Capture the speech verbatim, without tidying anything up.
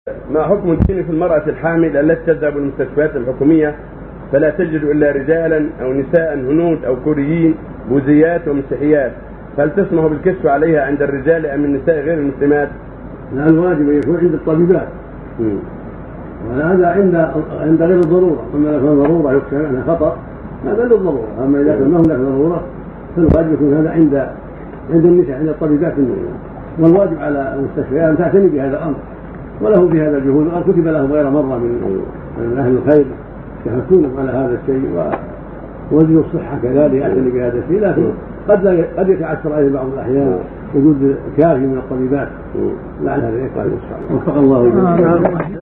ما حكم الدين في المرأة الحامل التي تذهب المستشفيات الحكومية فلا تجد إلا رجالا أو نساء هنود أو كوريين بوذيات ومسيحيات، هل تسمح بالكشف عليها عند الرجال أم النساء غير المسلمات؟ لا، الواجب يكون عند الطبيبات، وهذا عند عند غير الضرورة. أما لو كان ضرورة يكشف عنها خطأ هذا للضرورة، أما إذا كان ما هناك ضرورة فالواجب يكون هذا عند عند النساء عند الطبيبات النساء. والواجب على المستشفيات أن تعتني بهذا الأمر، ولهم في هذا الجهود، وقد كتب لهم غير مرة من من أهل الخير يحثونهم على هذا الشيء، ووزير الصحة كذلك يعتني بهذا الشيء، لكن قد قد يتعثر عليه بعض الأحيان وجود كافي من الطبيبات. لعل هذا يفعل إن شاء الله. وفق الله.